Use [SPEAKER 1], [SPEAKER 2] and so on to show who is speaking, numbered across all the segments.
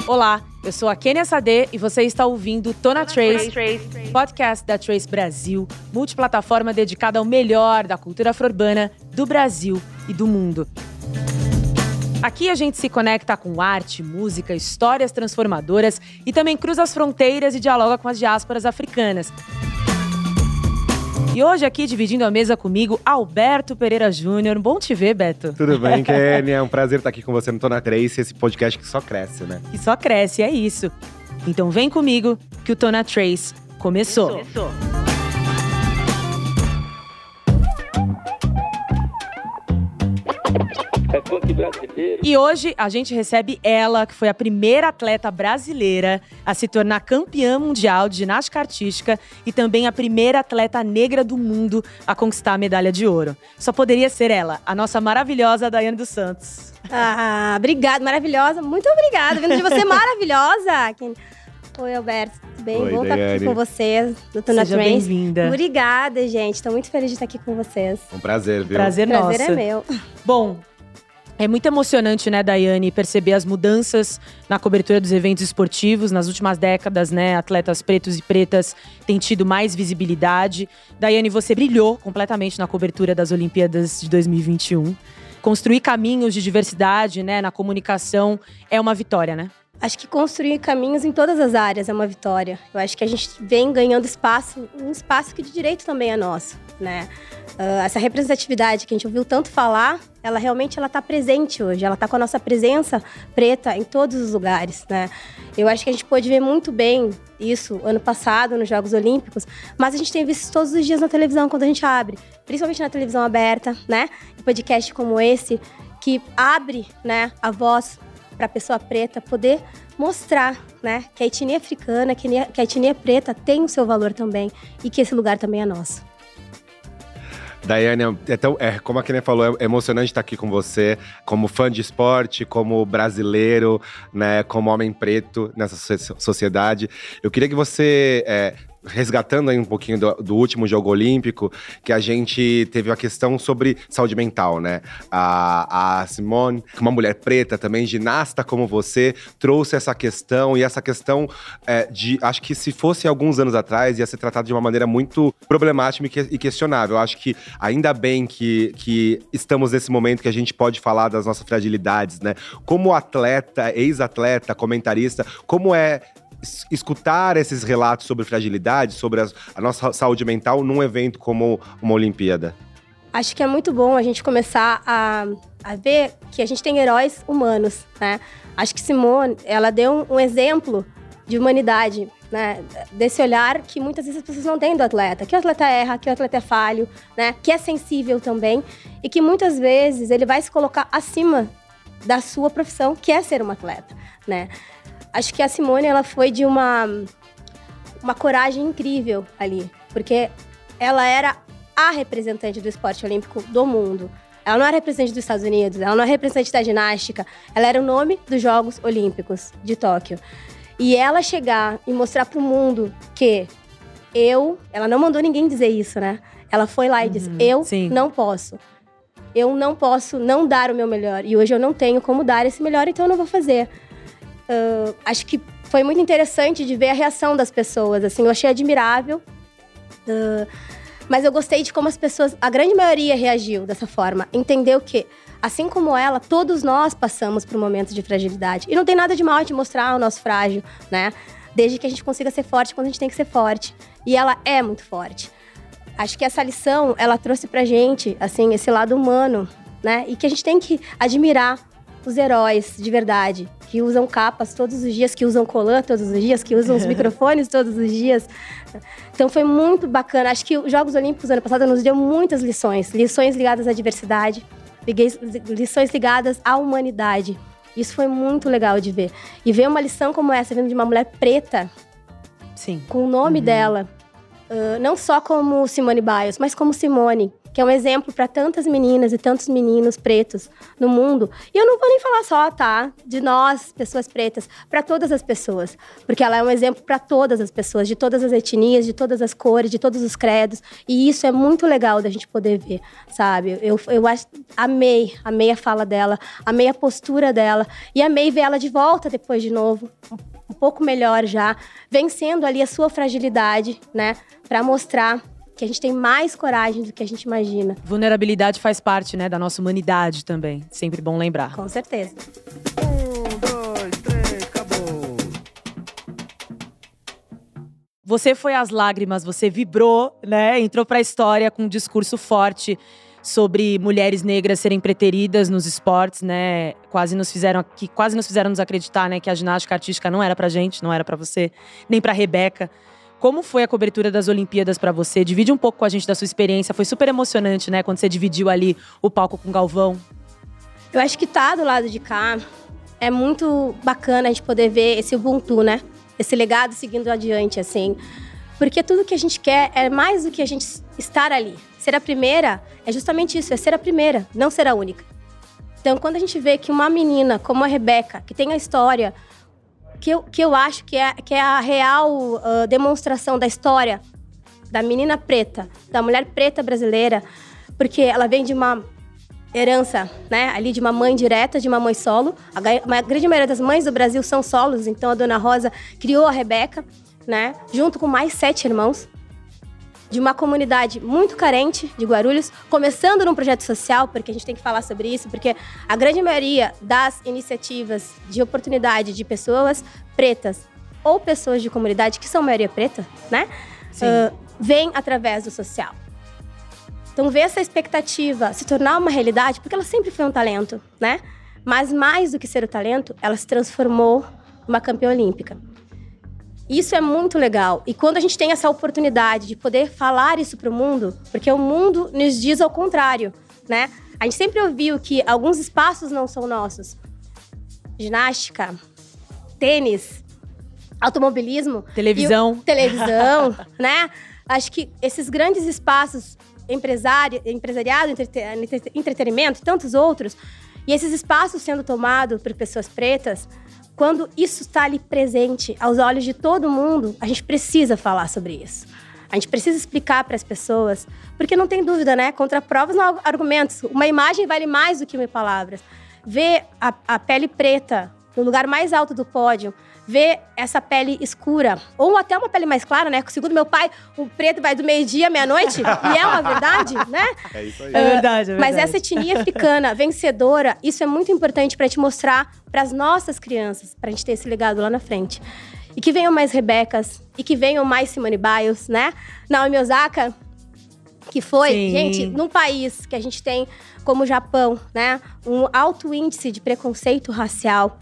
[SPEAKER 1] Olá, eu sou a Kênia Sade e você está ouvindo Tô na Trace, podcast da Trace Brasil, multiplataforma dedicada ao melhor da cultura afro-urbana do Brasil e do mundo. Aqui a gente se conecta com arte, música, histórias transformadoras e também cruza as fronteiras e dialoga com as diásporas africanas. E hoje aqui, dividindo a mesa comigo, Alberto Pereira Júnior. Bom te ver, Beto.
[SPEAKER 2] Tudo bem, Kênia? É um prazer estar aqui com você no Tô na Trace, esse podcast que só cresce, né?
[SPEAKER 1] Que só cresce, é isso. Então vem comigo que o Tô na Trace começou. E hoje a gente recebe ela, que foi a primeira atleta brasileira a se tornar campeã mundial de ginástica artística e também a primeira atleta negra do mundo a conquistar a medalha de ouro. Só poderia ser ela, a nossa maravilhosa Daiane dos Santos.
[SPEAKER 3] Obrigada, maravilhosa. Muito obrigada. Vindo de você, maravilhosa. Oi, Alberto. Tudo bem?
[SPEAKER 2] Oi,
[SPEAKER 3] bom estar aqui com vocês no Tô na Trace.
[SPEAKER 1] Seja bem-vinda.
[SPEAKER 3] Obrigada, gente. Estou muito feliz de estar aqui com vocês.
[SPEAKER 2] Um prazer, viu?
[SPEAKER 1] Prazer nosso.
[SPEAKER 3] Prazer é meu.
[SPEAKER 1] Bom, é muito emocionante, né, Daiane, perceber as mudanças na cobertura dos eventos esportivos. Nas últimas décadas, né, atletas pretos e pretas têm tido mais visibilidade. Daiane, você brilhou completamente na cobertura das Olimpíadas de 2021. Construir caminhos de diversidade, né, na comunicação é uma vitória, né?
[SPEAKER 3] Acho que construir caminhos em todas as áreas é uma vitória. Eu acho que a gente vem ganhando espaço, um espaço que de direito também é nosso, né? Essa representatividade que a gente ouviu tanto falar, ela realmente está presente hoje. Ela está com a nossa presença preta em todos os lugares, né? Eu acho que a gente pôde ver muito bem isso ano passado nos Jogos Olímpicos, mas a gente tem visto todos os dias na televisão quando a gente abre, principalmente na televisão aberta, né? E podcast como esse, que abre, né, a voz para a pessoa preta poder mostrar, né, que a etnia africana, que a etnia preta tem o seu valor também e que esse lugar também é nosso.
[SPEAKER 2] Daiane, como a Kênia falou, é emocionante estar aqui com você, como fã de esporte, como brasileiro, né, como homem preto nessa sociedade. Eu queria que você, resgatando aí um pouquinho do último Jogo Olímpico, que a gente teve uma questão sobre saúde mental, né? A Simone, uma mulher preta também, ginasta como você, trouxe essa questão, e essa questão acho que se fosse alguns anos atrás, ia ser tratada de uma maneira muito problemática e questionável. Eu acho que ainda bem que estamos nesse momento que a gente pode falar das nossas fragilidades, né? Como atleta, ex-atleta, comentarista, como é escutar esses relatos sobre fragilidade, sobre a nossa saúde mental num evento como uma Olimpíada?
[SPEAKER 3] Acho que é muito bom a gente começar a ver que a gente tem heróis humanos, né? Acho que Simone, ela deu um exemplo de humanidade, né? Desse olhar que muitas vezes as pessoas não têm do atleta. Que o atleta erra, que o atleta é falho, né? Que é sensível também. E que muitas vezes ele vai se colocar acima da sua profissão, que é ser um atleta, né? Acho que a Simone, ela foi de uma coragem incrível ali, porque ela era a representante do esporte olímpico do mundo. Ela não era representante dos Estados Unidos, ela não era representante da ginástica, ela era o nome dos Jogos Olímpicos de Tóquio. E ela chegar e mostrar pro mundo que ela não mandou ninguém dizer isso, né? Ela foi lá e disse, não posso. Eu não posso não dar o meu melhor, e hoje eu não tenho como dar esse melhor, então eu não vou fazer. Acho que foi muito interessante de ver a reação das pessoas, assim, eu achei admirável, mas eu gostei de como as pessoas, a grande maioria reagiu dessa forma, entendeu que, assim como ela, todos nós passamos por momentos de fragilidade, e não tem nada de mal de mostrar o nosso frágil, né, desde que a gente consiga ser forte quando a gente tem que ser forte, e ela é muito forte. Acho que essa lição, ela trouxe pra gente, assim, esse lado humano, né, e que a gente tem que admirar os heróis de verdade, que usam capas todos os dias, que usam colã todos os dias, que usam os microfones todos os dias. Então foi muito bacana. Acho que os Jogos Olímpicos ano passado nos deu muitas lições ligadas à diversidade, lições ligadas à humanidade. Isso foi muito legal de ver. E ver uma lição como essa vindo de uma mulher preta,
[SPEAKER 1] sim,
[SPEAKER 3] com o nome dela, não só como Simone Biles, mas como Simone, que é um exemplo para tantas meninas e tantos meninos pretos no mundo. E eu não vou nem falar só, tá? De nós, pessoas pretas, para todas as pessoas. Porque ela é um exemplo para todas as pessoas, de todas as etnias, de todas as cores, de todos os credos. E isso é muito legal da gente poder ver, sabe? Eu amei a fala dela, amei a postura dela. E amei ver ela de volta depois de novo, um pouco melhor já, vencendo ali a sua fragilidade, né? Para mostrar que a gente tem mais coragem do que a gente imagina.
[SPEAKER 1] Vulnerabilidade faz parte, né, da nossa humanidade também. Sempre bom lembrar.
[SPEAKER 3] Com certeza.
[SPEAKER 2] 1, 2, 3, acabou.
[SPEAKER 1] Você foi às lágrimas, você vibrou, né? Entrou pra história com um discurso forte sobre mulheres negras serem preteridas nos esportes, né? Quase nos fizeram nos acreditar, né, que a ginástica artística não era pra gente, não era pra você, nem pra Rebeca. Como foi a cobertura das Olimpíadas pra você? Divide um pouco com a gente da sua experiência. Foi super emocionante, né? Quando você dividiu ali o palco com o Galvão.
[SPEAKER 3] Eu acho que tá do lado de cá é muito bacana a gente poder ver esse Ubuntu, né? Esse legado seguindo adiante, assim. Porque tudo que a gente quer é mais do que a gente estar ali. Ser a primeira é justamente isso, é ser a primeira, não ser a única. Então, quando a gente vê que uma menina como a Rebeca, que tem a história, que eu acho que é a real demonstração da história da menina preta, da mulher preta brasileira, porque ela vem de uma herança, né, ali de uma mãe direta, de uma mãe solo. A grande maioria das mães do Brasil são solos, então a Dona Rosa criou a Rebeca, né, junto com mais 7 irmãos, de uma comunidade muito carente de Guarulhos, começando num projeto social, porque a gente tem que falar sobre isso, porque a grande maioria das iniciativas de oportunidade de pessoas pretas ou pessoas de comunidade que são maioria preta, né, vem através do social. Então, ver essa expectativa se tornar uma realidade, porque ela sempre foi um talento, né, mas mais do que ser o talento, ela se transformou numa campeã olímpica. Isso é muito legal. E quando a gente tem essa oportunidade de poder falar isso para o mundo, porque o mundo nos diz ao contrário, né? A gente sempre ouviu que alguns espaços não são nossos. Ginástica, tênis, automobilismo.
[SPEAKER 1] Televisão.
[SPEAKER 3] Televisão, né? Acho que esses grandes espaços, empresariado, entretenimento e tantos outros, e esses espaços sendo tomados por pessoas pretas, quando isso está ali presente aos olhos de todo mundo, a gente precisa falar sobre isso. A gente precisa explicar para as pessoas, porque não tem dúvida, né? Contra provas não há argumentos. Uma imagem vale mais do que 1000 palavras. Ver a pele preta no lugar mais alto do pódio, ver essa pele escura, ou até uma pele mais clara, né? Segundo meu pai, o preto vai do meio-dia à meia-noite, e é uma verdade, né?
[SPEAKER 2] É isso aí.
[SPEAKER 1] É verdade.
[SPEAKER 3] Mas essa etnia africana, vencedora, isso é muito importante pra gente mostrar pras nossas crianças, pra gente ter esse legado lá na frente. E que venham mais Rebecas, e que venham mais Simone Biles, né? Naomi Osaka, que foi,
[SPEAKER 1] Sim.
[SPEAKER 3] gente, num país que a gente tem como o Japão, né? Um alto índice de preconceito racial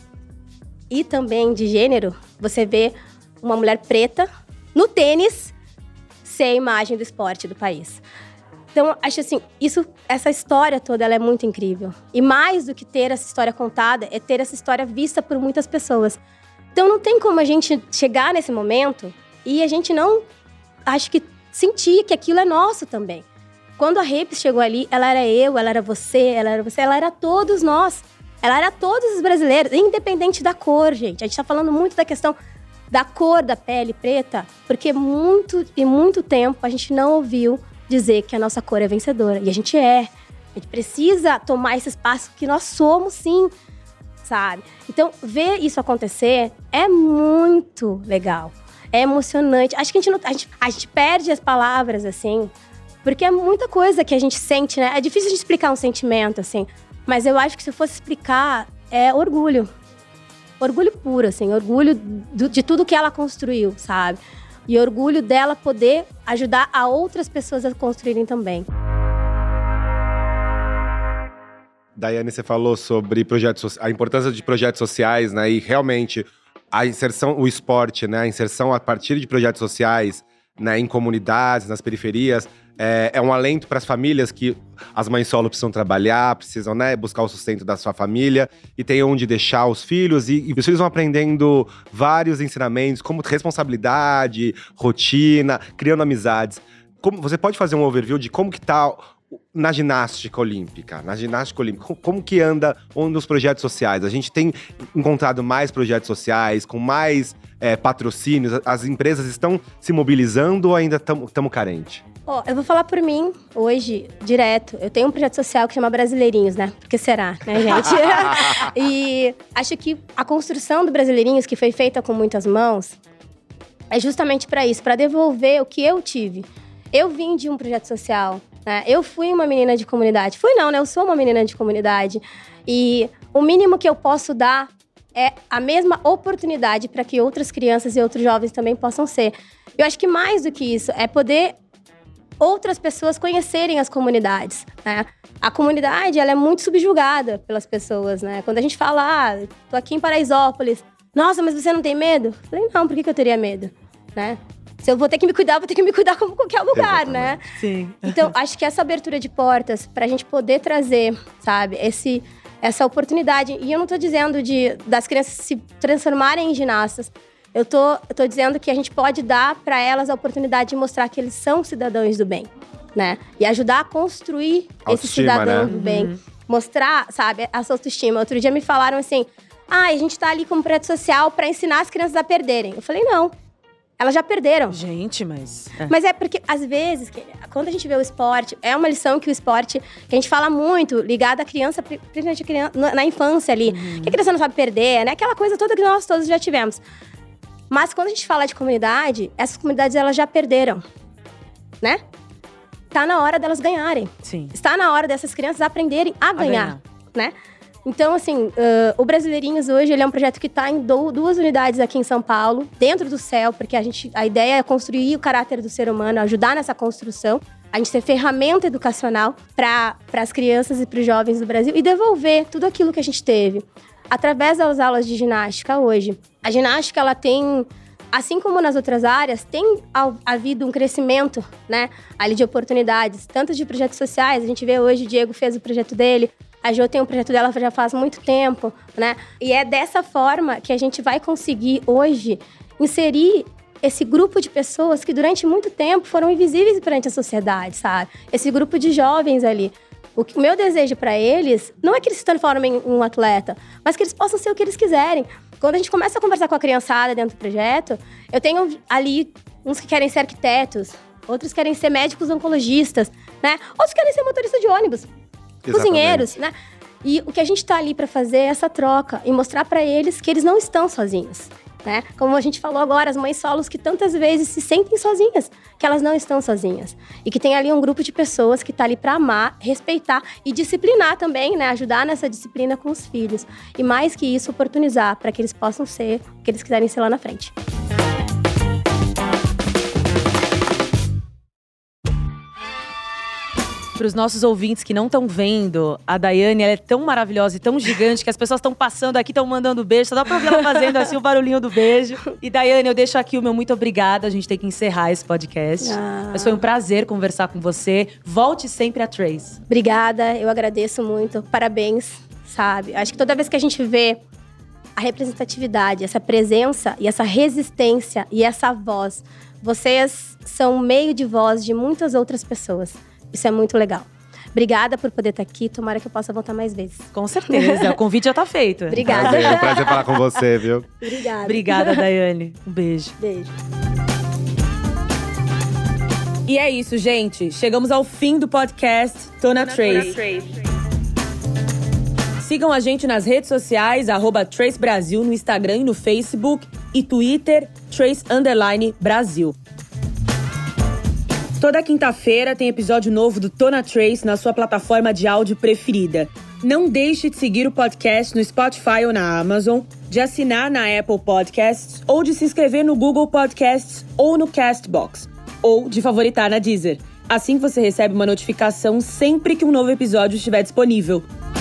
[SPEAKER 3] e também de gênero, você vê uma mulher preta no tênis ser a imagem do esporte do país. Então, acho assim, essa história toda ela é muito incrível. E mais do que ter essa história contada, é ter essa história vista por muitas pessoas. Então, não tem como a gente chegar nesse momento e a gente não, acho que, sentir que aquilo é nosso também. Quando a Reps chegou ali, ela era eu, ela era você, ela era todos nós. Ela era todos os brasileiros, independente da cor, gente. A gente tá falando muito da questão da cor da pele preta, porque muito tempo a gente não ouviu dizer que a nossa cor é vencedora. E a gente é. A gente precisa tomar esse espaço que nós somos, sim, sabe? Então, ver isso acontecer é muito legal. É emocionante. Acho que a gente perde as palavras, assim, porque é muita coisa que a gente sente, né? É difícil a gente explicar um sentimento, assim. Mas eu acho que se eu fosse explicar, é orgulho. Orgulho puro, assim. Orgulho de tudo que ela construiu, sabe? E orgulho dela poder ajudar a outras pessoas a construírem também.
[SPEAKER 2] Daiane, você falou sobre a importância de projetos sociais, né? E realmente a inserção, o esporte, né? A inserção a partir de projetos sociais, né? Em comunidades, nas periferias, é um alento para as famílias que as mães solo precisam trabalhar, precisam, né, buscar o sustento da sua família e tem onde deixar os filhos. E os filhos vão aprendendo vários ensinamentos, como responsabilidade, rotina, criando amizades. Você pode fazer um overview de como que tá na ginástica olímpica, como que anda um dos projetos sociais? A gente tem encontrado mais projetos sociais, com mais patrocínios? As empresas estão se mobilizando ou ainda estamos carentes?
[SPEAKER 3] Eu vou falar por mim hoje, direto. Eu tenho um projeto social que chama Brasileirinhos, né? Por que será, né, gente? E acho que a construção do Brasileirinhos, que foi feita com muitas mãos, é justamente para isso, para devolver o que eu tive. Eu vim de um projeto social, né? Eu fui uma menina de comunidade. Fui não, né? Eu sou uma menina de comunidade. E o mínimo que eu posso dar é a mesma oportunidade para que outras crianças e outros jovens também possam ser. Eu acho que mais do que isso, é poder outras pessoas conhecerem as comunidades, né? A comunidade, ela é muito subjugada pelas pessoas, né? Quando a gente fala, tô aqui em Paraisópolis, nossa, mas você não tem medo? Eu falei, não, por que eu teria medo, né? Se eu vou ter que me cuidar como qualquer lugar, né?
[SPEAKER 1] Sim.
[SPEAKER 3] Então, acho que essa abertura de portas, pra gente poder trazer, sabe, essa oportunidade. E eu não tô dizendo das crianças se transformarem em ginastas. Eu tô dizendo que a gente pode dar pra elas a oportunidade de mostrar que eles são cidadãos do bem, né? E ajudar a construir esse cidadão, né, do bem. Mostrar, sabe, essa autoestima. Outro dia me falaram assim, a gente tá ali como projeto social pra ensinar as crianças a perderem. Eu falei, não. Elas já perderam.
[SPEAKER 1] Gente, mas...
[SPEAKER 3] Mas é porque, às vezes, quando a gente vê o esporte, é uma lição que o esporte, que a gente fala muito, ligado à criança, principalmente a criança, na infância ali. Que a criança não sabe perder, né? Aquela coisa toda que nós todos já tivemos. Mas quando a gente fala de comunidade, essas comunidades, elas já perderam, né? Tá na hora delas ganharem.
[SPEAKER 1] Sim.
[SPEAKER 3] Está na hora dessas crianças aprenderem a ganhar, né? Então, assim, o Brasileirinhos hoje, ele é um projeto que está em 2 unidades aqui em São Paulo, dentro do CEL, porque a ideia é construir o caráter do ser humano, ajudar nessa construção, a gente ter ferramenta educacional para as crianças e para os jovens do Brasil e devolver tudo aquilo que a gente teve. Através das aulas de ginástica hoje, a ginástica, ela tem, assim como nas outras áreas, tem havido um crescimento, né, ali de oportunidades, tanto de projetos sociais, a gente vê hoje, o Diego fez o projeto dele, a Jo tem um projeto dela já faz muito tempo, né? E é dessa forma que a gente vai conseguir hoje inserir esse grupo de pessoas que durante muito tempo foram invisíveis perante a sociedade, sabe? Esse grupo de jovens ali. O meu desejo para eles não é que eles se transformem em um atleta, mas que eles possam ser o que eles quiserem. Quando a gente começa a conversar com a criançada dentro do projeto, eu tenho ali uns que querem ser arquitetos, outros querem ser médicos oncologistas, né? Outros querem ser motorista de ônibus. Cozinheiros, né? E o que a gente tá ali para fazer é essa troca e mostrar para eles que eles não estão sozinhos, né? Como a gente falou agora, as mães solos que tantas vezes se sentem sozinhas, que elas não estão sozinhas. E que tem ali um grupo de pessoas que tá ali para amar, respeitar e disciplinar também, né? Ajudar nessa disciplina com os filhos. E mais que isso, oportunizar para que eles possam ser o que eles quiserem ser lá na frente.
[SPEAKER 1] Para os nossos ouvintes que não estão vendo, a Daiane, ela é tão maravilhosa e tão gigante que as pessoas estão passando aqui, estão mandando beijo. Só dá pra ouvir ela fazendo assim o barulhinho do beijo. E Daiane, eu deixo aqui o meu muito obrigada. A gente tem que encerrar esse podcast. Mas foi um prazer conversar com você. Volte sempre a Trace.
[SPEAKER 3] Obrigada, eu agradeço muito. Parabéns, sabe? Acho que toda vez que a gente vê a representatividade, essa presença e essa resistência e essa voz, vocês são meio de voz de muitas outras pessoas. Isso é muito legal. Obrigada por poder estar aqui. Tomara que eu possa voltar mais vezes.
[SPEAKER 1] Com certeza. O convite já tá feito.
[SPEAKER 3] Obrigada.
[SPEAKER 2] É um prazer falar com você, viu?
[SPEAKER 3] Obrigada.
[SPEAKER 1] Obrigada, Daiane. Um beijo.
[SPEAKER 3] Beijo.
[SPEAKER 1] E é isso, gente. Chegamos ao fim do podcast Tona Trace. Sigam a gente nas redes sociais, @TraceBrasil, no Instagram e no Facebook. E Twitter, Trace_Brasil. Toda quinta-feira tem episódio novo do Tona Trace na sua plataforma de áudio preferida. Não deixe de seguir o podcast no Spotify ou na Amazon, de assinar na Apple Podcasts ou de se inscrever no Google Podcasts ou no Castbox, ou de favoritar na Deezer. Assim você recebe uma notificação sempre que um novo episódio estiver disponível.